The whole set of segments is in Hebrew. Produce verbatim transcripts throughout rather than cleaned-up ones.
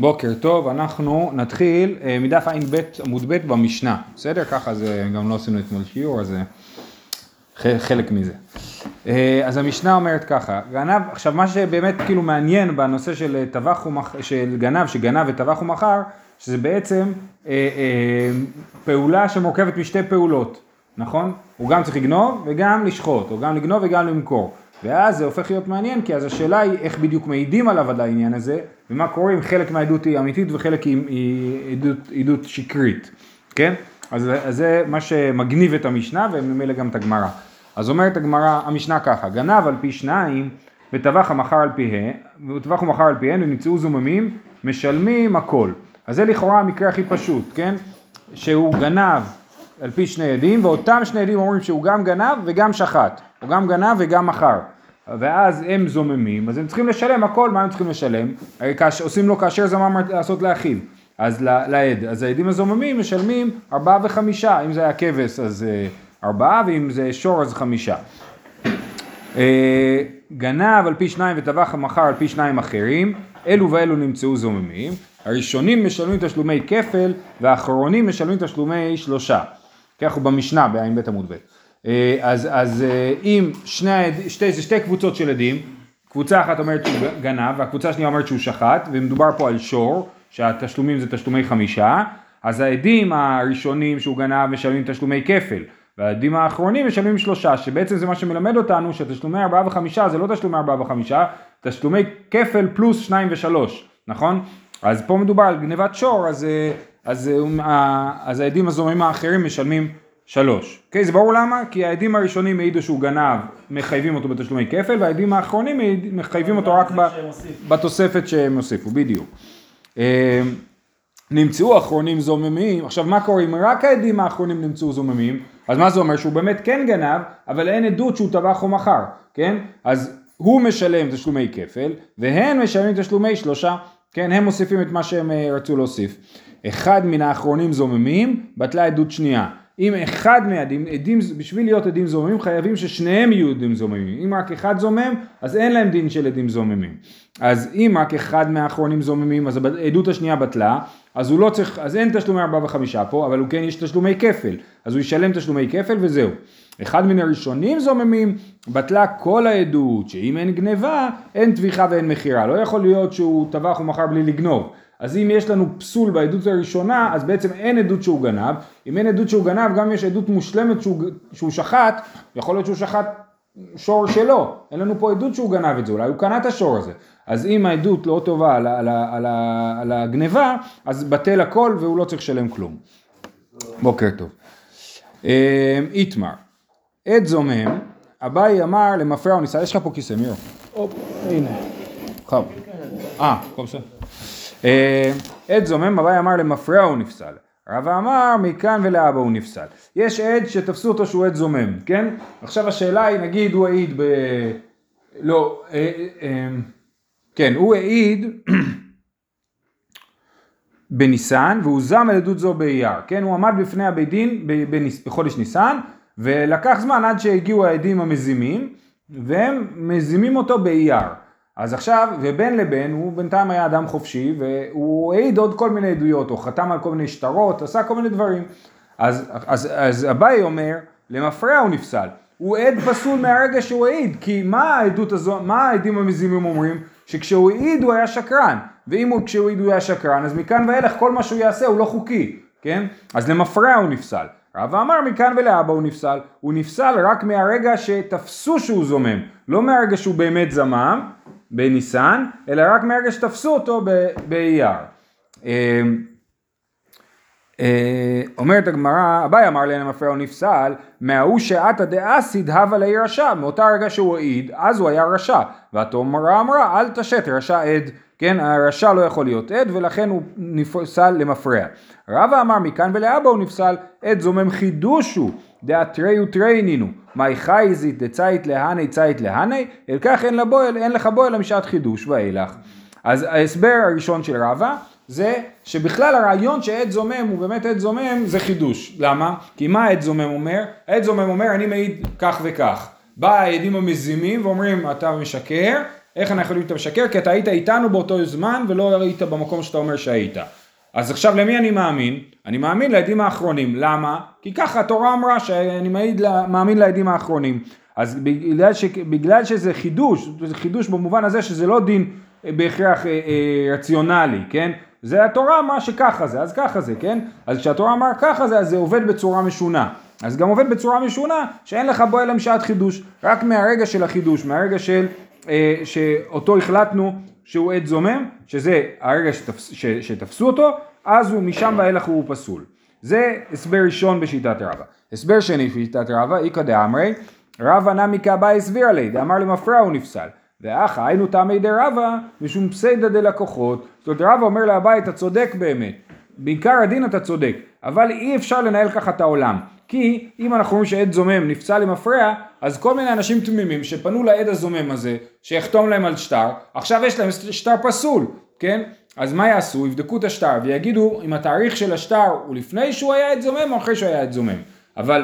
בוקר טוב, אנחנו נתחיל מדף עין בית עמוד בית במשנה, בסדר? ככה זה גם לא עשינו אתמול שיעור, אז זה חלק מזה. אז המשנה אומרת ככה, גנב, עכשיו מה שבאמת כאילו מעניין בנושא של טבח ומחר, של גנב, שגנב וטבח ומחר, שזה בעצם אה, אה, פעולה שמורכבת משתי פעולות, נכון? הוא גם צריך לגנוב וגם לשחוט, או גם לגנוב וגם למכור. ואז זה הופך להיות מעניין, כי אז השאלה היא איך בדיוק מעידים עליו על העניין הזה, ומה קורה אם חלק מהעדות היא אמיתית וחלק היא, היא עדות, עדות שקרית, כן? אז, אז זה מה שמגניב את המשנה וממילא גם את הגמרא. אז אומרת הגמרא, המשנה ככה, גנב על פי שניים וטבח המחר על פיהן, וטבח ומחר על פיהן ונמצאו זוממים, משלמים הכל. אז זה לכאורה המקרה הכי פשוט, כן? שהוא גנב על פי שני עדים, ואותם שני עדים אומרים שהוא גם גנב וגם שחט, הוא גם גנב וגם מחר. ואז הם זוממים, אז הם צריכים לשלם הכל, מה הם צריכים לשלם? עושים לו כאשר זמם לעשות לאחיו, אז לעד. אז העדים הזוממים משלמים ארבעה וחמישה, אם זה היה כבש אז ארבעה, ואם זה שור אז חמישה. גנב על פי שניים וטבח המחר על פי שניים אחרים, אלו ואלו נמצאו זוממים, הראשונים משלמים תשלומי כפל, והאחרונים משלמים תשלומי שלושה. כך הוא במשנה בעין בית עמוד בית. אז, אז אם שני, שתי, זה שתי קבוצות של עדים, קבוצה אחת אומרת שהוא גנב, והקבוצה השנייה אומרת שהוא שחט, ומדובר פה על שור, שהתשלומים זה תשלומי חמישה, אז העדים הראשונים שהוא גנב משלמים תשלומי כפל, והעדים האחרונים משלמים שלושה, שבעצם זה מה שמלמד אותנו, שתשלומי ארבעה וחמישה זה לא תשלומי ארבעה וחמישה, תשלומי כפל פלוס שניים ושלוש, נכון? אז פה מדובר על גנבת שור, אז, אז, אז העדים הזוממים האחרים משלמים שלוש. אוקיי, זה ברור למה? כי העדים הראשונים העידו שהוא גנב, מחייבים אותו בתשלומי כפל, והעדים האחרונים מחייבים אותו רק בתוספת שהם הוסיפו, בדיוק. נמצאו האחרונים זוממים, עכשיו מה קורה אם רק העדים האחרונים נמצאו זוממים, אז מה זה אומר? שהוא באמת כן גנב, אבל אין עדות שהוא טבח או מחר, כן? אז הוא משלם תשלומי כפל, והן משלמים תשלומי שלושה, כן? הם מוסיפים את מה שהם רצו להוסיף. אחד מן האחרונים זוממים, בטלה עדות שנייה. אם אחד מהעדים, עדים, בשביל להיות עדים זוממים, חייבים ששניהם יהיו עדים זוממים. אם רק אחד זומם, אז אין להם דין של עדים זוממים. אז אם רק אחד מהאחרונים זוממים, אז העדות השנייה בטלה, אז הוא לא צריך, אז אין תשלומי ארבעה וחמישה פה, אבל הוא כן יש תשלומי כפל. אז הוא ישלם תשלומי כפל וזהו. אחד מן הראשונים זוממים, בטלה כל העדות, שאם אין גניבה, אין טביחה ואין מחירה. לא יכול להיות שהוא טבח ומחר בלי לגנוב. אז אם יש לנו פסול בעדות הראשונה, אז בעצם אין עדות שהוא גנב. אם אין עדות שהוא גנב, גם יש עדות מושלמת שהוא, שהוא שחט, יכול להיות שהוא שחט שור שלו. אין לנו פה עדות שהוא גנב את זה, אולי הוא קנה את השור הזה. אז אם העדות לא טובה על, על, על, על הגניבה, אז בטל הכל והוא לא צריך לשלם כלום. בוקר טוב. איתמר, עד זומם, אביי אמר למפרע וניסה, יש לך פה כיסא, מירו? אופ, הנה. חב. אה, כל בסדר. עד זומם, אביי אמר למפרע הוא נפסל. רבא אמר מכאן ולאבא הוא נפסל. יש עד שתפסו אותו שהוא עד זומם, כן? עכשיו השאלה היא, נגיד הוא העיד ב... לא, כן, הוא העיד בניסן, והוא זם על עדות זו באייר, כן? הוא עמד בפני הבית דין בחודש ניסן, ולקח זמן עד שהגיעו העדים המזימים, והם מזימים אותו באייר. אז עכשיו, ובין לבין, הוא בינתיים היה אדם חופשי, והוא העיד עוד כל מיני עדויות, או חתם על כל מיני שטרות, עשה כל מיני דברים. אז, אז, אז אביי אומר, למפרע הוא נפסל. הוא עד פסול מהרגע שהוא העיד, כי מה העדות הזו, מה העדים המזימים אומרים? שכשהוא העיד הוא היה שקרן, ואם הוא, כשהוא העיד הוא היה שקרן, אז מכאן ואילך כל מה שהוא יעשה הוא לא חוקי, כן? אז למפרע הוא נפסל. רבא אמר מכאן ולאבא הוא נפסל, הוא נפסל רק מהרגע שתפסו שהוא זומם, לא מהרגע שהוא באמת זמם בניסן, אלא רק מהרגע שתפסו אותו באייר. אומרת הגמרא, אביי אמר להם המפרע הוא נפסל, מההוא שעתה דאסיד הווה ליה רשע, מאותה רגע שהוא העיד, אז הוא היה רשע, והתורה אמרה אל תשת רשע עד, כן, הרשע לא יכול להיות עד, ולכן הוא נפסל למפרע. רבא אמר מכאן ולאבא הוא נפסל, עד זומם חידושו, דאתרי ותריינינו, מאי חייזית דצית להני צית להני, אל כך אין, לבועל, אין לך בועל משעת חידוש ואילך. אז ההסבר הראשון של רבא, זה שבכלל הרעיון שעד זומם הוא באמת עד זומם זה חידוש. למה? כי מה עד זומם אומר? עד זומם אומר אני מעיד כך וכך. בא העדים המזימים ואומרים אתה משקר, איך אנחנו יכולים שאתה משקר? כי אתה היית איתנו באותו זמן ולא היית במקום שאתה אומר שהיית. אז עכשיו למי אני מאמין? אני מאמין לעדים האחרונים. למה? כי ככה התורה אמרה שאני מעיד, מאמין לעדים האחרונים. אז בגלל, ש, בגלל שזה חידוש, זה חידוש במובן הזה שזה לא דין בהכרח אה, אה, רציונלי, כן? זה התורה אמרה שככה זה, אז ככה זה, כן? אז כשהתורה אמרה ככה זה, אז זה עובד בצורה משונה. אז גם עובד בצורה משונה שאין לך בו אלא משעת חידוש. רק מהרגע של החידוש, מהרגע של, אה, שאותו החלטנו שהוא עד זומם, שזה הרגע שתפס, ש, שתפסו אותו, אז הוא משם ואילך הוא פסול. זה הסבר ראשון בשיטת רבא. הסבר שני בשיטת רבא, איקא דאמרי, רבא נמי כאביי הסביר עלי, דאמר למפרע הוא נפסל. ואחא היינו טעמי דרבא משום פסיידא דלקוחות. זאת אומרת רבא אומר לאביי אתה צודק באמת, בעיקר הדין אתה צודק, אבל אי אפשר לנהל ככה את העולם. כי אם אנחנו אומרים שעד זומם נפסל למפרע, אז כל מיני אנשים תמימים שפנו לעד הזומם הזה, שיחתום להם על שטר, עכשיו יש להם שטר פסול, כן? אז מה יעשו? יבדקו את השטר ויגידו אם התאריך של השטר הוא לפני שהוא היה עד זומם או אחרי שהוא היה עד זומם. אבל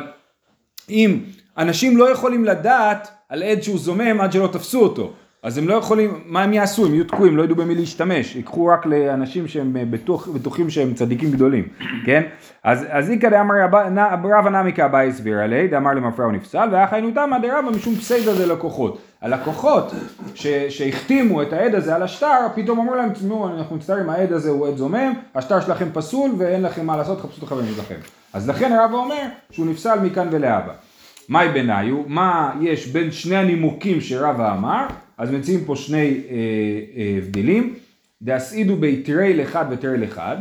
אם אנשים לא יכולים לדעת על עד שהוא זומם עד שלא תפסו אותו, אז הם לא יכולים, מה הם יעשו? הם יהיו תקועים, לא ידעו במי להשתמש, ייקחו רק לאנשים שהם בטוח, בטוחים שהם צדיקים גדולים, כן? אז, אז איקא דאמר רבא נמי כאביי הסביר עלי, דאמר למפרע הוא נפסל, ואחא היינו תמא דרבא משום פסיידא דלקוחות. הלקוחות שהחתימו את העד הזה על השטר, פתאום אמרו להם, תשמעו, אנחנו מצטערים, העד הזה הוא עד זומם, השטר שלכם פסול ואין לכם מה לעשות, חפשו את החברים שלכם. אז לכן רבא אומר שהוא נפסל מכאן ולהבא. מהי ביניו? מה יש בין שני הנימוקים שרבא אמר? אז מציעים פה שני אה, אה, הבדלים. דאסעידו ביתרי אחד ותרי אחד.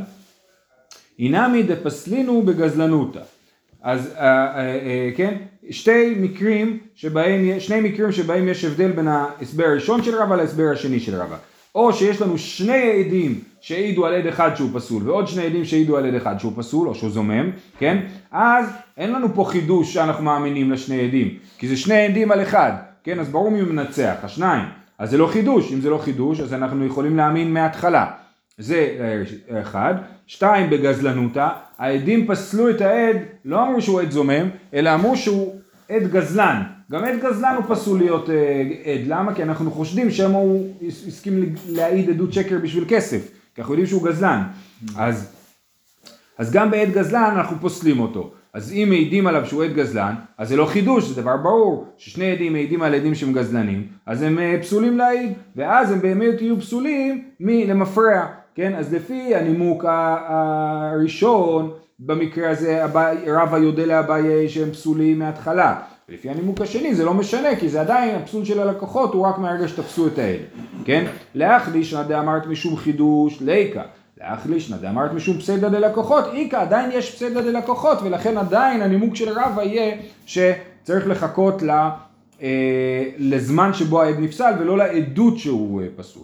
אינמי דפסלינו בגזלנותא. אז אה, אה, אה, כן, שתי מקרים שבהם, שני מקרים שבהם יש הבדל בין ההסבר הראשון של רבא להסבר השני של רבא. או שיש לנו שני עדים שהעידו על עד אחד שהוא פסול, ועוד שני עדים שהעידו על עד אחד שהוא פסול, או שהוא זומם, כן? אז אין לנו פה חידוש שאנחנו מאמינים לשני עדים, כי זה שני עדים על אחד, כן? אז ברור מי מנצח, השניים. אז זה לא חידוש, אם זה לא חידוש, אז אנחנו יכולים להאמין מההתחלה. זה אחד. שתיים, בגזלנותא, העדים פסלו את העד, לא אמרו שהוא עד זומם, אלא אמרו שהוא עד גזלן. גם עד גזלן הוא פסול להיות עד, למה? כי אנחנו חושדים שמה הוא הסכים להעיד עדות שקר בשביל כסף, כי אנחנו יודעים שהוא גזלן. אז, אז גם בעד גזלן אנחנו פוסלים אותו. אז אם מעידים עליו שהוא עד גזלן, אז זה לא חידוש, זה דבר ברור, ששני עדים מעידים על עדים שהם גזלנים, אז הם פסולים להעיד, ואז הם באמת יהיו פסולים למפרע, כן? אז לפי הנימוק הראשון, במקרה הזה רבא יודע לאביי שהם פסולים מההתחלה, ולפי הנימוק השני זה לא משנה, כי זה עדיין הפסול של הלקוחות הוא רק מהרגע שתפסו את העד, כן? להחלישנא דאמרת משום חידוש ליקא, להחלישנא דאמרת משום פסיידא דלקוחות, איקא עדיין יש פסיידא דלקוחות, ולכן עדיין הנימוק של רבא יהיה שצריך לחכות לה, אה, לזמן שבו העד נפסל ולא לעדות שהוא אה, פסול.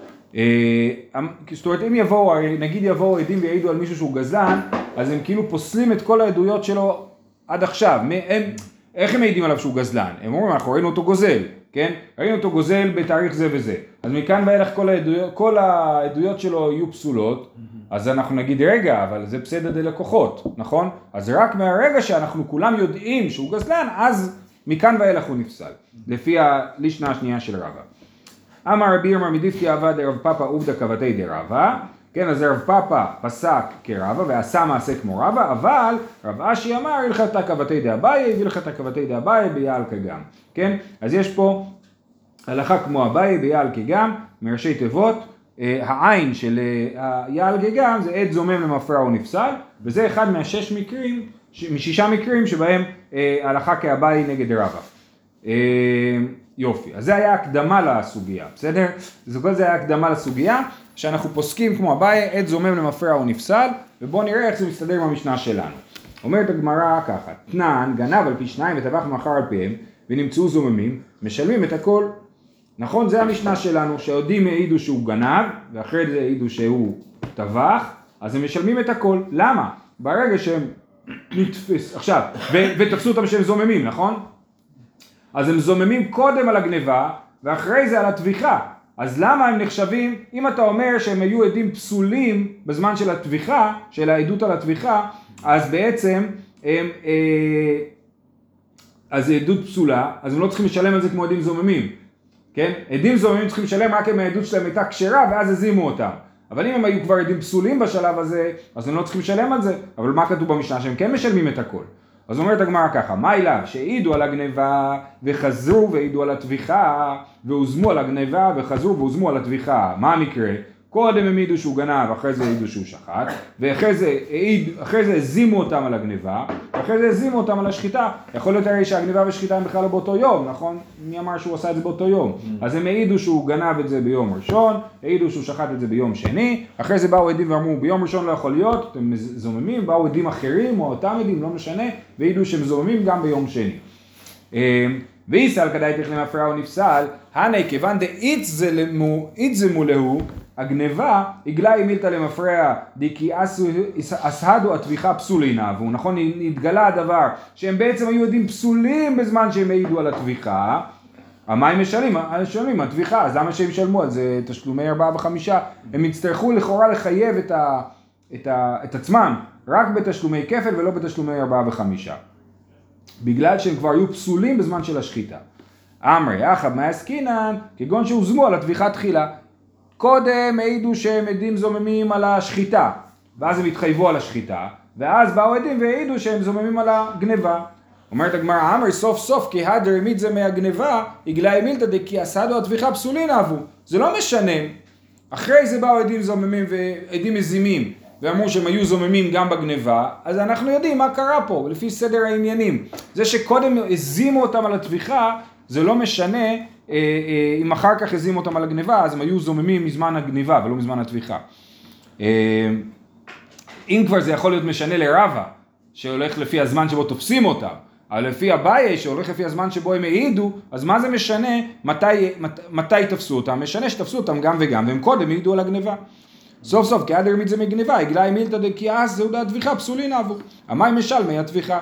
אה, זאת אומרת אם יבואו, נגיד יבואו עדים ויעידו על מישהו שהוא גזלן, אז הם כאילו פוסלים את כל העדויות שלו עד עכשיו, הם, איך הם מעידים עליו שהוא גזלן? הם אומרים אנחנו ראינו אותו גוזל, כן? ראינו אותו גוזל בתאריך זה וזה, אז מכאן ואילך כל העדויות, כל העדויות שלו יהיו פסולות, אז אנחנו נגיד רגע, אבל זה פסיידא דלקוחות, נכון? אז רק מהרגע שאנחנו כולם יודעים שהוא גזלן, אז מכאן ואילך הוא נפסל, לפי הלישנה השנייה של רבא. אמר רבי ירמיה מדיפקי אבא דרב פאפא עובדא כבתי דרבא, כן, אז רב פאפא פסק כרבא ועשה מעשה כמו רבא, אבל רב אשי אמר הלכתא כבתי דאביי והלכתא כבתי דאביי ביעלקא גם, כן? אז יש פה הלכה כמו אביי ביעלקא גם, מראשי תיבות, אה, העין של אה, יעלקא גם זה עד זומם למפרע הוא נפסל, וזה אחד מהשש מקרים, ש, משישה מקרים שבהם אה, הלכה כאביי נגד רבא. אה, יופי, אז זה היה הקדמה לסוגיה, בסדר? זה כל זה היה הקדמה לסוגיה, שאנחנו פוסקים כמו אביי, עד זומם למפרע הוא נפסל, ובואו נראה איך זה מסתדר עם המשנה שלנו. אומרת הגמרא ככה, תנן גנב על פי שניים וטבח מאחר על פיהם, ונמצאו זוממים, משלמים את הכל. נכון, זה המשנה שלנו, שהעדים העידו שהוא גנב, ואחרי זה העידו שהוא טבח, אז הם משלמים את הכל. למה? ברגע שהם נתפס, עכשיו, ו- ותפסו אותם שהם זוממים, נכון? אז הם זוממים קודם על הגניבה, ואחרי זה על הטביחה. אז למה הם נחשבים, אם אתה אומר שהם היו עדים פסולים בזמן של הטביחה, של העדות על הטביחה, אז בעצם הם, אה, אז זה עדות פסולה, אז הם לא צריכים לשלם על זה כמו עדים זוממים. כן? עדים זוממים צריכים לשלם רק אם העדות שלהם הייתה כשרה ואז הזימו אותם. אבל אם הם היו כבר עדים פסולים בשלב הזה, אז הם לא צריכים לשלם על זה. אבל מה כתוב במשנה? שהם כן משלמים את הכל. אז אומרת הגמרא ככה, מה אליו? שהעידו על הגניבה וחזרו והעידו על התביכה, והוזמו על הגניבה וחזרו והוזמו על התביכה. מה המקרה? קודם הם העידו שהוא גנב, אחרי זה העידו שהוא שחט, ואחרי זה, העיד, אחרי זה הזימו אותם על הגניבה, ואחרי זה הזימו אותם על השחיטה. יכול להיות הרי שהגניבה ושחיטה הם בכלל לא באותו יום, נכון? מי אמר שהוא עשה את זה באותו יום? Mm. אז הם העידו שהוא גנב את זה ביום ראשון, העידו שהוא שחט את זה ביום שני, אחרי זה באו עדים ואמרו, ביום ראשון לא יכול להיות, אתם זוממים, באו עדים אחרים או אותם עדים, לא משנה, והעידו שהם זוממים גם ביום שני. ואיסל כדאי תכלם הפרעה או נפסל, הנה כיוון דאית זה מולהו, הגניבה הגלה מילתא למפרע דקי אסהדו התביכה פסולינה, והוא נכון נתגלה הדבר שהם בעצם היו עדים פסולים בזמן שהם העידו על התביכה. מה הם משלמים? הם משלמים התביכה, אז למה שהם ישלמו על זה תשלומי ארבעה וחמישה? הם יצטרכו לכאורה לחייב את, ה, את, ה, את עצמם רק בתשלומי כפל ולא בתשלומי ארבעה וחמישה, בגלל שהם כבר היו פסולים בזמן של השחיטה. אמרי אחב מעסקינן כגון שהוזמו על התביכה תחילה, קודם העידו שהם עדים זוממים על השחיטה, ואז הם התחייבו על השחיטה, ואז באו עדים והעידו שהם זוממים על הגניבה. אומרת הגמרא, אמר סוף סוף כי הדר העמיד זה מהגניבה, הגלה מילתא דקי אסהדו התביכה פסולין אבו. זה לא משנה, אחרי זה באו עדים זוממים ועדים מזימים, ואמרו שהם היו זוממים גם בגניבה, אז אנחנו יודעים מה קרה פה, לפי סדר העניינים. זה שקודם הזימו אותם על התביכה, זה לא משנה, אם אחר כך הזימו אותם על הגניבה, אז הם היו זוממים מזמן הגניבה ולא מזמן התביכה. אם כבר זה יכול להיות משנה לרבה, שהולך לפי הזמן שבו תופסים אותם, אבל לפי אביי שהולך לפי הזמן שבו הם העידו, אז מה זה משנה מתי, מת, מתי תפסו אותם? משנה שתפסו אותם גם וגם, והם קודם העידו על הגניבה. סוף סוף, כי עד הרמית זה מגניבה, הגלה מילתא דקי אז זהו דה התביכה פסולין אבו. המים משל מי התביכה.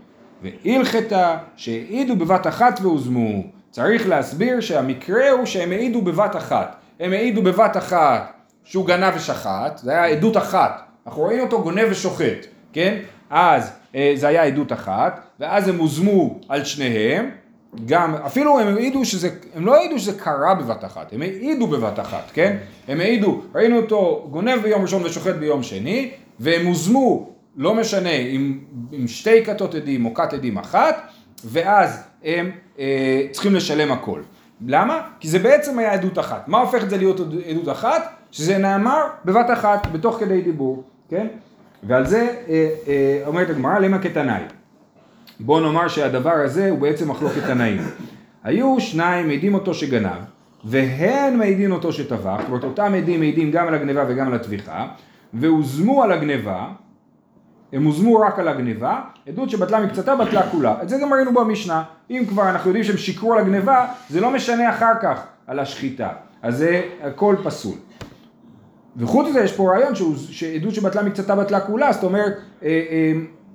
והלכתה שהעידו בבת אחת והוזמו. צריך להסביר שהמקרה הוא שהם העידו בבת אחת. הם העידו בבת אחת שהוא גנב ושחט, זה היה עדות אחת. אנחנו רואים אותו גונב ושוחט, כן? אז זה היה עדות אחת, ואז הם הוזמו על שניהם, גם, אפילו הם העידו שזה, הם לא העידו שזה קרה בבת אחת, הם העידו בבת אחת, כן? הם העידו, ראינו אותו גונב ביום ראשון ושוחט ביום שני, והם הוזמו, לא משנה, עם, עם שתי כתות עדים או כת עדים אחת, ואז הם אה, צריכים לשלם הכל. למה? כי זה בעצם היה עדות אחת. מה הופך את זה להיות עדות אחת? שזה נאמר בבת אחת, בתוך כדי דיבור, כן? ועל זה אה, אה, אומרת הגמרא, למה כתנאי? בוא נאמר שהדבר הזה הוא בעצם מחלוקת תנאים. היו שניים מעידים אותו שגנב, והן מעידים אותו שטבח, זאת אומרת אותם עדים מעידים גם על הגניבה וגם על התביכה, והוזמו על הגניבה, הם הוזמו רק על הגניבה, עדות שבטלה מקצתה בטלה כולה. את זה גם ראינו במשנה. אם כבר אנחנו יודעים שהם שיקרו על הגניבה, זה לא משנה אחר כך על השחיטה. אז זה הכל פסול. וחוץ מזה יש פה רעיון שעדות שבטלה מקצתה בטלה כולה, זאת אומרת, אה, אה,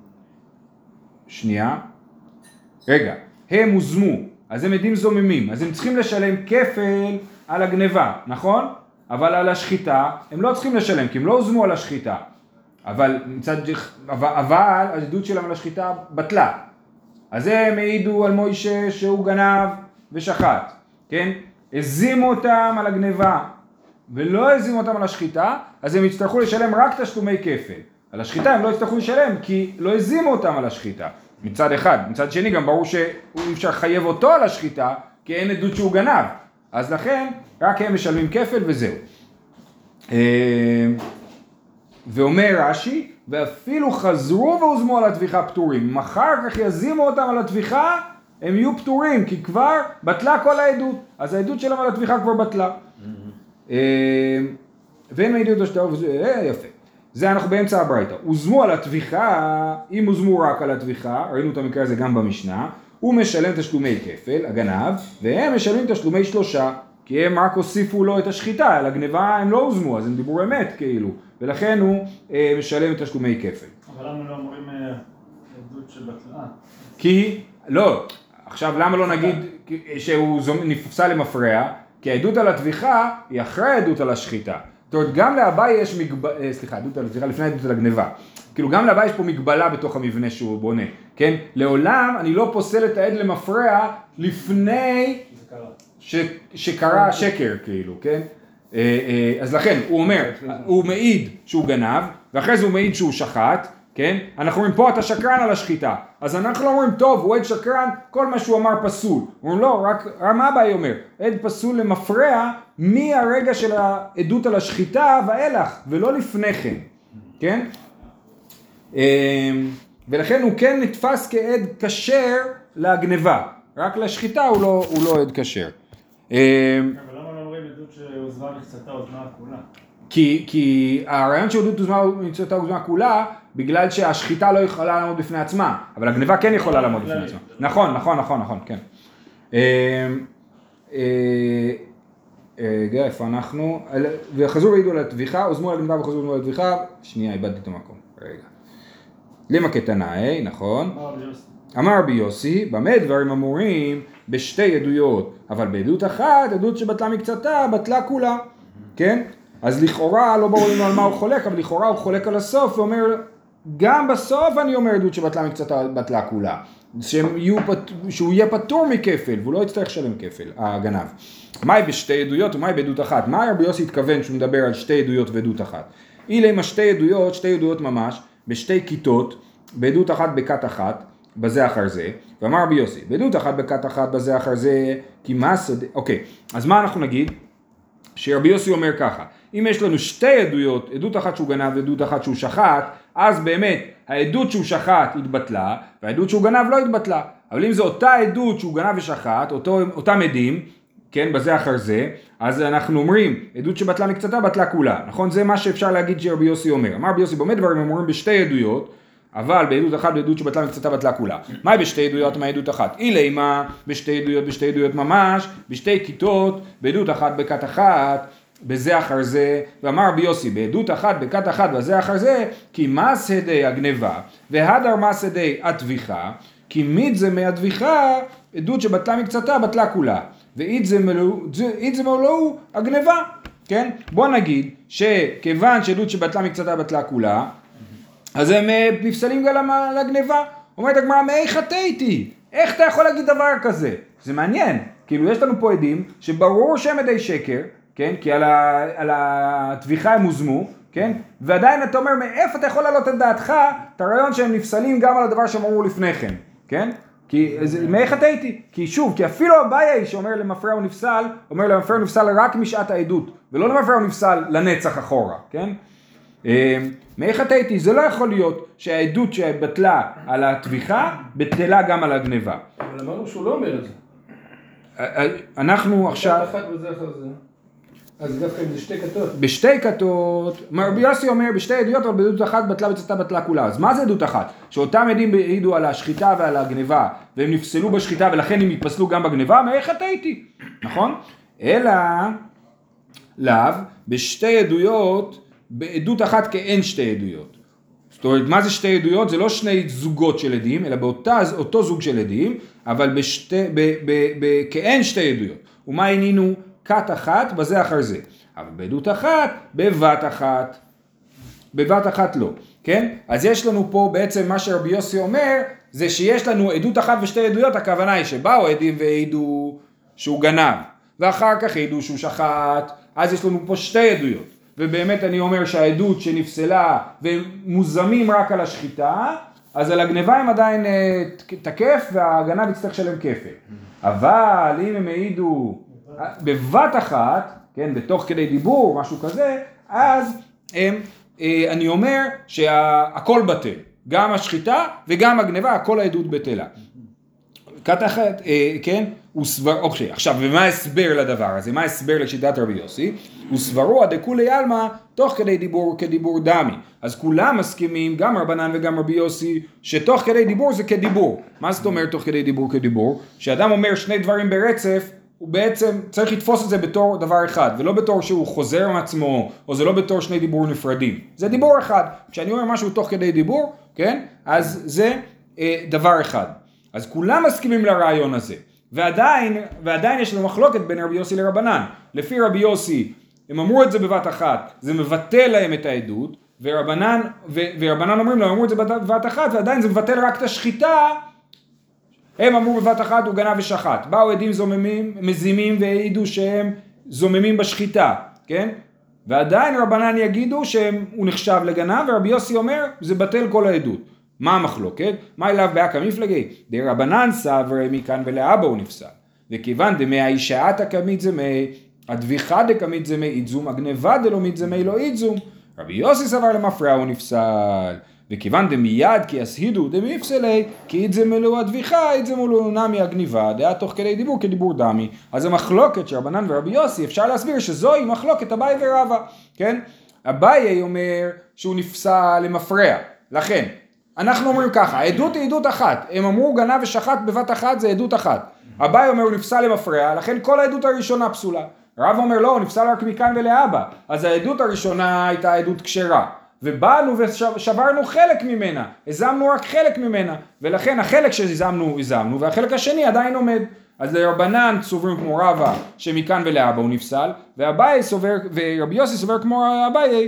שנייה, רגע, הם הוזמו, אז הם עדים זוממים, אז הם צריכים לשלם כפל על הגניבה, נכון? אבל על השחיטה הם לא צריכים לשלם, כי הם לא הוזמו על השחיטה. אבל מצד, אבל, אבל העדות שלהם על השחיטה בטלה. אז הם העידו על מוישה שהוא גנב ושחט, כן? הזימו אותם על הגניבה, ולא הזימו אותם על השחיטה, אז הם יצטרכו לשלם רק תשלומי כפל. על השחיטה הם לא יצטרכו לשלם, כי לא הזימו אותם על השחיטה. מצד אחד. מצד שני גם ברור שאי אפשר לחייב אותו על השחיטה, כי אין עדות שהוא גנב. אז לכן, רק הם משלמים כפל וזהו. ואומר רש"י, ואפילו חזרו והוזמו על התביכה פטורים. אם אחר כך יזימו אותם על התביכה, הם יהיו פטורים, כי כבר בטלה כל העדות. אז העדות שלהם על התביכה כבר בטלה. ואין מעידים אותו שטר וזה, יפה. זה אנחנו באמצע הברייתא. הוזמו על התביכה, אם הוזמו רק על התביכה, ראינו את המקרה הזה גם במשנה, הוא משלם תשלומי כפל, הגנב, והם משלמים תשלומי שלושה, כי הם רק הוסיפו לו את השחיטה, על הגניבה הם לא הוזמו, אז הם דיברו אמת כאילו, ולכן הוא אה, משלם את תשלומי כפל. אבל למה לא אומרים אה, עדות שבטלה? כי, לא, עכשיו למה לא נגיד שהוא נפסל למפרע, כי העדות על התביכה היא אחרי העדות על השחיטה. זאת אומרת, גם לאביי יש מגבלה, סליחה, עדות על התביכה לפני העדות על הגניבה. כאילו גם לאביי יש פה מגבלה בתוך המבנה שהוא בונה, כן? לעולם אני לא פוסל את העד למפרע לפני ש, שקרה שקר כאילו, כן? אז לכן הוא אומר, הוא מעיד שהוא גנב, ואחרי זה הוא מעיד שהוא שחט, כן? אנחנו אומרים פה אתה שקרן על השחיטה, אז אנחנו לא אומרים טוב, הוא עד שקרן, כל מה שהוא אמר פסול. הוא אומר לא, רק מה הבעיה אומר? עד פסול למפרע מהרגע של העדות על השחיטה ואילך, ולא לפני כן, כן? ולכן הוא כן נתפס כעד כשר לגניבה, רק לשחיטה הוא לא, הוא לא עד כשר. אבל למה לא אומרים עדות שהוזרה מקצתה הוזרה כולה? כי, כי הרעיון שעדות הוזרה מקצתה הוזרה כולה, בגלל שהשחיטה לא יכולה לעמוד בפני עצמה, אבל הגניבה כן יכולה לעמוד בפני עצמה. נכון, נכון, נכון, נכון, כן. רגע, איפה אנחנו? וחזרו ועידו על התביכה, הוזמו על הגניבה וחזרו ועידו על התביכה, שנייה, איבדתי את המקום, רגע. למה כתנאי, נכון? אמר רבי יוסי, במה דברים אמורים בשתי עדויות, אבל בעדות אחת, עדות שבטלה מקצתה, בטלה כולה, כן? אז לכאורה, לא ברור לנו על מה הוא חולק, אבל לכאורה הוא חולק על הסוף ואומר, גם בסוף אני אומר עדות שבטלה מקצתה, בטלה כולה, שהוא יהיה פטור מכפל, והוא לא יצטרך לשלם כפל, הגנב. מהי בשתי עדויות ומהי בעדות אחת? מה רבי יוסי התכוון שהוא מדבר על שתי עדויות ועדות אחת? אלה עם השתי עדויות, שתי עדויות ממש, בשתי כיתות, בעדות אחת בכת אחת, בזה אחר זה, ואמר רבי יוסי, בעדות אחת בכת אחת בזה אחר זה, כי מה שדה, אוקיי, אז מה אנחנו נגיד? שרבי יוסי אומר ככה, אם יש לנו שתי עדויות, עדות אחת שהוא גנב ועדות אחת שהוא שחט, אז באמת העדות שהוא שחט התבטלה, והעדות שהוא גנב לא התבטלה, אבל אם זו אותה עדות שהוא גנב ושחט, אותו, אותם עדים, כן, בזה אחר זה, אז אנחנו אומרים, עדות שבטלה מקצתה בטלה כולה, נכון? זה מה שאפשר להגיד שרבי יוסי אומר. אמר רבי יוסי, באמת דברים אומרים בשתי עדויות, אבל בעדות אחת בעדות שבטלה מקצתה בטלה כולה. מה בשתי עדויות מה עדות אחת? אילי מה בשתי עדויות בשתי עדויות ממש, בשתי כיתות, בעדות אחת בכת אחת, בזה אחר זה, ואמר רבי יוסי, בעדות אחת בכת אחת בזה אחר זה, כי מה שדה הגניבה, והדר מה שדה התביכה, כי מית זה מהתביכה, עדות שבטלה מקצתה בטלה כולה. ואית זה מעולו הגניבה, כן? בוא נגיד שכיוון שעדות שבטלה מקצתה בטלה כולה, אז הם נפסלים גם לגניבה. אומרת הגמרא, מאי חטאתי? איך אתה יכול להגיד דבר כזה? זה מעניין, כאילו יש לנו פה עדים שברור שהם עדי שקר, כן? כי על, ה, על התביכה הם הוזמו, כן? ועדיין אתה אומר, מאיפה אתה יכול להעלות את דעתך את הרעיון שהם נפסלים גם על הדבר שהם אמרו לפני כן, כן? כי מאיך חטאתי? כי שוב, כי אפילו הבעיה שאומר למפרע הוא נפסל, אומר למפרע הוא נפסל רק משעת העדות, ולא למפרע הוא נפסל לנצח אחורה, כן? מאיך חטאתי? זה לא יכול להיות שהעדות שבטלה על התביכה, בטלה גם על הגניבה. אבל אמרנו שהוא לא אומר את זה. אנחנו עכשיו... אחת וזה אחר זה. אז דווקא אם זה שתי כתות. בשתי כתות, רבי יוסי אומר בשתי עדויות, אבל בעדות אחת בטלה וצאתה בטלה כולה. אז מה זה עדות אחת? שאותם עדים העידו על השחיטה ועל הגניבה, והם נפסלו בשחיטה ולכן הם יתפסלו גם בגניבה, מאיך חטאתי? נכון? אלא, לאו, בשתי עדויות, בעדות אחת כאין שתי עדויות. זאת אומרת, מה זה שתי עדויות? זה לא שני זוגות של עדים, אלא באותו זוג של עדים, אבל בשתי, ב, ב, ב, כאין שתי עדויות. ומה עינינו? כת אחת בזה אחר זה, אבל בעדות אחת, בבת אחת, בבת אחת לא, כן? אז יש לנו פה בעצם מה שרבי יוסי אומר, זה שיש לנו עדות אחת ושתי עדויות, הכוונה היא שבאו עדים והעידו שהוא גנב, ואחר כך העידו שהוא שחט, אז יש לנו פה שתי עדויות, ובאמת אני אומר שהעדות שנפסלה ומוזמים רק על השחיטה, אז על הגניבה הם עדיין תקף והגנב יצטרך לשלם כפל, אבל אם הם העידו בבת אחת, כן, בתוך כדי דיבור, משהו כזה, אז הם, אה, אני אומר שהכל בטל, גם השחיטה וגם הגניבה, הכל העדות בטלה. כת אחת, אה, כן, הוא סבר, אוקיי, עכשיו, ומה ההסבר לדבר הזה? מה ההסבר לשיטת רבי יוסי? הוא סברו עד כולי עלמא, תוך כדי דיבור כדיבור דמי. אז כולם מסכימים, גם רבנן וגם רבי יוסי, שתוך כדי דיבור זה כדיבור. מה זאת אומרת תוך כדי דיבור כדיבור? שאדם אומר שני דברים ברצף, הוא בעצם צריך לתפוס את זה בתור דבר אחד, ולא בתור שהוא חוזר מעצמו, או זה לא בתור שני דיבור נפרדים. זה דיבור אחד. כשאני אומר משהו תוך כדי דיבור, כן? אז זה אה, דבר אחד. אז כולם מסכימים לרעיון הזה. ועדיין, ועדיין יש לנו מחלוקת בין רבי יוסי לרבנן. לפי רבי יוסי, הם אמרו את זה בבת אחת, זה מבטל להם את העדות, ורבנן, ו, ורבנן אומרים להם, אמרו את זה בבת אחת, ועדיין זה מבטל רק את השחיטה, הם אמרו בבת אחת הוא גנב ושחט, באו עדים זוממים, מזימים והעידו שהם זוממים בשחיטה, כן? ועדיין רבנן יגידו שהוא נחשב לגנב, ורבי יוסי אומר זה בטל כל העדות. מה המחלוקת? מה אליו באקא מפלגי? דרבנן סברי מכאן ולאבא הוא נפסל. וכיוון דמי האישאתא כמית זמי, הדביכה דקמית זמי אידזום, הגנבה דלומית זמי לא אידזום. רבי יוסי סבר למפרע הוא נפסל. וכיוון דמיד כי אסהידו דמיפסלי, כי אידזם אלו הדביכה, אידזם אלו נמי הגניבה, דעה תוך כדי דיבור כדיבור דמי. אז המחלוקת של רבנן ורבי יוסי, אפשר להסביר שזוהי מחלוקת אביי ורבא, כן? אביי אומר שהוא נפסל למפרע, לכן, אנחנו אומרים ככה, העדות היא עדות אחת, הם אמרו גנב ושחט בבת אחת זה עדות אחת. אביי אומר הוא נפסל למפרע, לכן כל העדות הראשונה פסולה. רב אומר לא, הוא נפסל רק מכאן ולאבא, אז העדות הראשונה הייתה עדות כשרה. ובאנו ושברנו חלק ממנה, הזמנו רק חלק ממנה, ולכן החלק שהזמנו, הזמנו, והחלק השני עדיין עומד. אז לרבנן סוברים כמו רבא, שמכאן ולאבא הוא נפסל, ואביי סובר, ורבי יוסי סובר כמו אביי,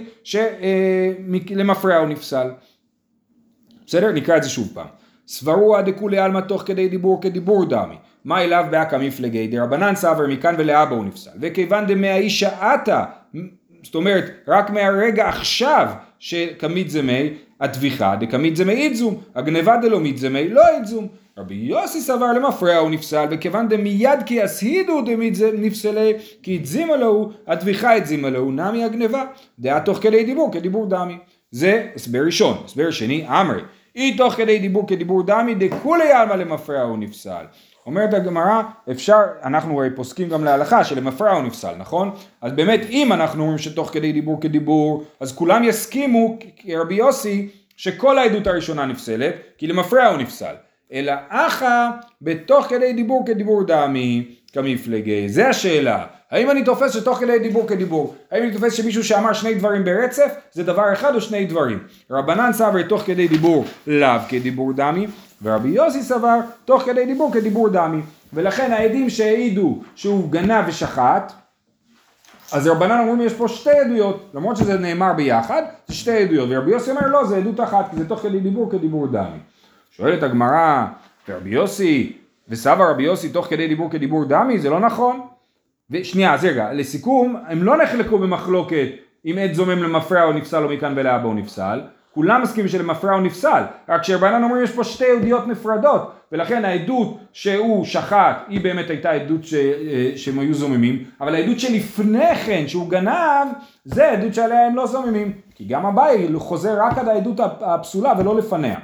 שלמפרע הוא נפסל. בסדר? נקרא את זה שוב פעם. סברו דכולי עלמא תוך כדי דיבור כדיבור דמי. מה אליו באקא מפלגי? דרבנן סבר מכאן ולאבא הוא נפסל. וכיוון דמאישאתא, זאת אומרת, רק מהרגע עכשיו שכמית זמי, הדביכה דכמית זמי אידזום, הגנבה דלומית זמי לא אידזום. רבי יוסי סבר למפרע הוא נפסל, וכיוון דמיד כי אסהידו דמית נפסלי, כי אידזימה לו, הדביכה אידזימה לו, נמי הגנבה, דעה תוך כדי דיבור כדיבור דמי. זה הסבר ראשון. הסבר שני, אמרי, אי תוך כדי דיבור כדיבור דמי, דכולי עלמא למפרע הוא נפסל. אומרת הגמרא, אפשר, אנחנו הרי פוסקים גם להלכה שלמפרע הוא נפסל, נכון? אז באמת אם אנחנו אומרים שתוך כדי דיבור כדיבור, אז כולם יסכימו, כרבי יוסי, שכל העדות הראשונה נפסלת, כי למפרע הוא נפסל. אלא אחא, בתוך כדי דיבור כדיבור דמי, כמפלגי. זה השאלה. האם אני תופס שתוך כדי דיבור כדיבור? האם אני תופס שמישהו שאמר שני דברים ברצף, זה דבר אחד או שני דברים? רבנן סבר תוך כדי דיבור לאו כדיבור דמי, ורבי יוסי סבר תוך כדי דיבור כדיבור דמי. ולכן העדים שהעידו שהוא גנב ושחט, אז רבנן אומרים יש פה שתי עדויות, למרות שזה נאמר ביחד, זה שתי עדויות, ורבי יוסי אומר לא, זה עדות אחת, כי זה תוך כדי דיבור כדיבור דמי. שואלת הגמרא, ורבי יוסי, וסבר רבי יוסי תוך כדי דיבור כדיבור דמי, זה לא נכון? ושנייה, אז רגע, לסיכום, הם לא נחלקו במחלוקת אם עד זומם למפרע הוא נפסל או מכאן ולאבא הוא נפסל, כולם מסכימים שלמפרע הוא נפסל, רק שרבנן אומרים יש פה שתי עדויות נפרדות, ולכן העדות שהוא שחט היא באמת הייתה עדות ש... שהם היו זוממים, אבל העדות שלפני כן שהוא גנב, זה עדות שעליה הם לא זוממים, כי גם אביי חוזר רק עד העדות הפסולה ולא לפניה.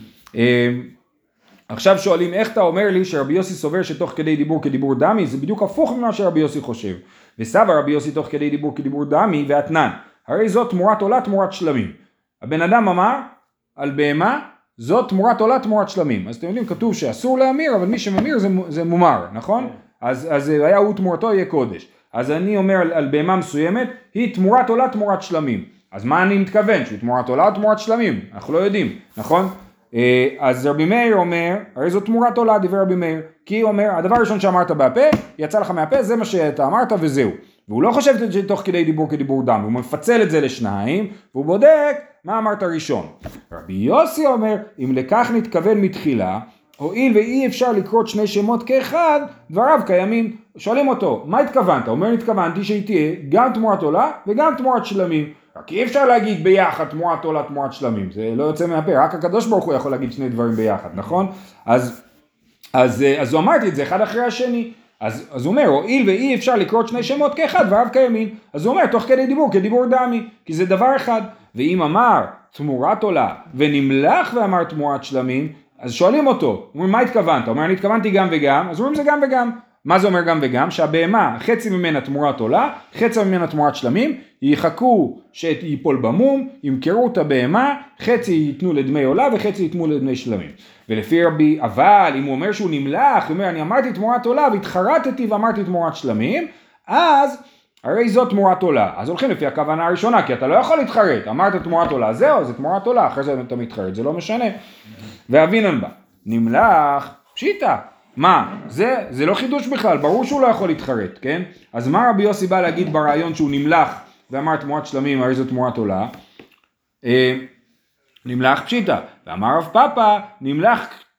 עכשיו שואלים איך אתה אומר לי שרבי יוסי סובר שתוך כדי דיבור כדיבור דמי, זה בדיוק הפוך ממה שרבי יוסי חושב. וסבר רבי יוסי תוך כדי דיבור כדיבור דמי ואתנן, הרי זאת תמורת עולה תמורת שלמים. הבן אדם אמר על בהמה, זאת תמורת עולה תמורת שלמים. אז אתם יודעים, כתוב שאסור להמיר, אבל מי שממיר זה, זה מומר, נכון? אז, אז היה הוא תמורתו יהיה קודש. אז אני אומר על, על בהמה מסוימת, היא תמורת עולה תמורת שלמים. אז מה אני מתכוון? שהיא תמורת עולה תמורת שלמים? אנחנו לא יודעים, נכון? אז רבי מאיר אומר, הרי זו תמורת עולה, דבר רבי מאיר, כי הוא אומר, הדבר הראשון שאמרת בפה, יצא לך מהפה, זה מה שאתה אמרת וזהו. והוא לא חושב את זה תוך כדי דיבור כדיבור דם, הוא מפצל את זה לשניים, והוא בודק מה אמרת ראשון. רבי יוסי אומר, אם לכך נתכוון מתחילה, הואיל ואי אפשר לקרות שני שמות כאחד, דבריו קיימים. שואלים אותו, מה התכוונת? הוא אומר, התכוונתי שהיא תהיה גם תמורת עולה וגם תמורת שלמים. רק אי אפשר להגיד ביחד תמורת עולה תמורת שלמים, זה לא יוצא מהפה, רק הקדוש ברוך הוא יכול להגיד שני דברים ביחד, נכון? אז, אז, אז הוא אמרתי את זה אחד אחרי השני, אז, אז הוא אומר, הואיל ואי אפשר לקרות שני שמות כאחד, דבריו קיימים, אז הוא אומר, תוך כדי דיבור, כדיבור דמי, כי זה דבר אחד, ואם אמר תמורת עולה ונמלח ואמר תמורת שלמים, אז שואלים אותו, הוא אומר, מה התכוונת? הוא אומר, אני התכוונתי גם וגם, אז אומרים זה גם וגם. מה זה אומר גם וגם? שהבהמה, חצי ממנה תמורת עולה, חצי ממנה תמורת שלמים, יחכו שיפול במום, ימכרו את הבהמה, חצי ייתנו לדמי עולה וחצי ייתנו לדמי שלמים. ולפי רבי, אבל אם הוא אומר שהוא נמלח, הוא אומר, אני אמרתי תמורת עולה והתחרטתי ואמרתי תמורת שלמים, אז הרי זאת תמורת עולה. אז הולכים לפי הכוונה הראשונה, כי אתה לא יכול להתחרט, אמרת תמורת עולה, זהו, זה תמורת עולה, אחרי זה אתה מתחרט, זה לא משנה. ואבינן בה, נמלח, פשיטה. מה? זה, זה לא חידוש בכלל, ברור שהוא לא יכול להתחרט, כן? אז מה רבי יוסי בא להגיד ברעיון שהוא נמלח ואמר תמורת שלמים, הרי זו תמורת עולה? אה, נמלח פשיטה. ואמר רב פאפא, נמלח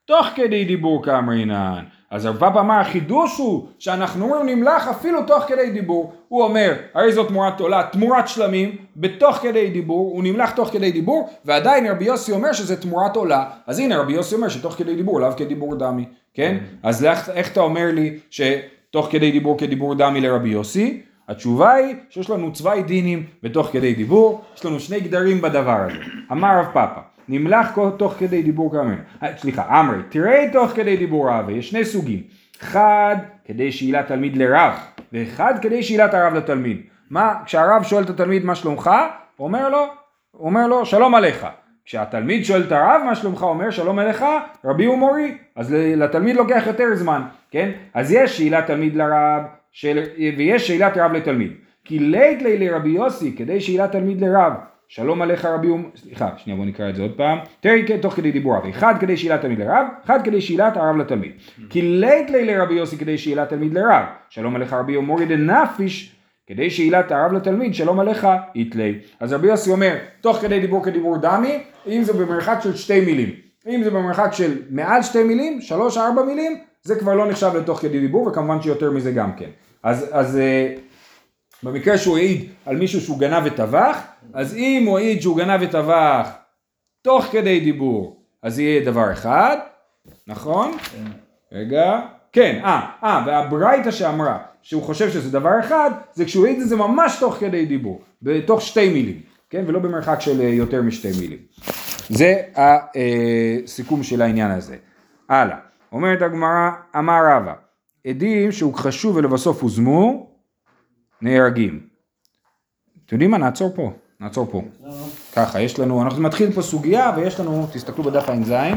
תוך כדי דיבור כאמרינן. אז הרב פאפא אמר, החידוש הוא שאנחנו אומרים נמלך אפילו תוך כדי דיבור. הוא אומר, הרי זאת תמורת עולה, תמורת שלמים, בתוך כדי דיבור, הוא נמלך תוך כדי דיבור, ועדיין רבי יוסי אומר שזה תמורת עולה. אז הנה רבי יוסי אומר שתוך כדי דיבור, לאו כדיבור דמי, כן? אז איך, איך אתה אומר לי שתוך כדי דיבור כדיבור דמי לרבי יוסי? התשובה היא שיש לנו צווי דינים בתוך כדי דיבור, יש לנו שני גדרים בדבר הזה. אמר רב פאפא, נמלך תוך כדי דיבור כאמר. סליחה, אמרי, תראה תוך כדי דיבור רב, יש שני סוגים. אחד, כדי שאילת תלמיד לרב, ואחד כדי שאילת הרב לתלמיד. מה, כשהרב שואל את התלמיד מה שלומך, אומר לו, אומר לו שלום עליך. כשהתלמיד שואל את הרב מה שלומך, אומר שלום עליך, רבי ומורי. אז לתלמיד לוקח יותר זמן, כן? אז יש שאילת תלמיד לרב, של, ויש שאילת רב לתלמיד. כי לית לי לרבי יוסי, כדי שאילת תלמיד לרב, שלום עליך רבי ומורי, סליחה, שנייה בוא נקרא את זה עוד פעם, תראי תוך כדי דיבור רב, אחד כדי שאילת תלמיד לרב, אחד כדי שאילת הרב לתלמיד. כי לית לי לרבי יוסי כדי שאילת תלמיד לרב, שלום עליך רבי ומורי דנפיש, כדי שאילת הרב לתלמיד, שלום עליך יתלי. אז רבי יוסי אומר, תוך כדי דיבור כדיבור דמי, אם זה במרחק של שתי מילים. אם זה במרחק של מעל שתי מילים, שלוש, ארבע מילים, זה כבר לא נחשב לתוך כדי דיבור, וכמובן שיותר מזה גם כן. אז, אז במקרה שהוא העיד על מישהו שהוא גנב וטבח, אז אם הוא העיד שהוא גנב וטבח תוך כדי דיבור, אז יהיה דבר אחד, נכון? רגע, כן, אה, אה, והברייתא שאמרה שהוא חושב שזה דבר אחד, זה כשהוא העיד את זה ממש תוך כדי דיבור, בתוך שתי מילים, כן? ולא במרחק של יותר משתי מילים. זה הסיכום של העניין הזה. הלאה, אומרת הגמרא, אמר רבא, עדים שהוכחשו ולבסוף הוזמו, נהרגים. אתם יודעים מה? נעצור פה, נעצור פה. ככה, יש לנו, אנחנו מתחילים פה סוגיה ויש לנו, תסתכלו בדף ע"ז.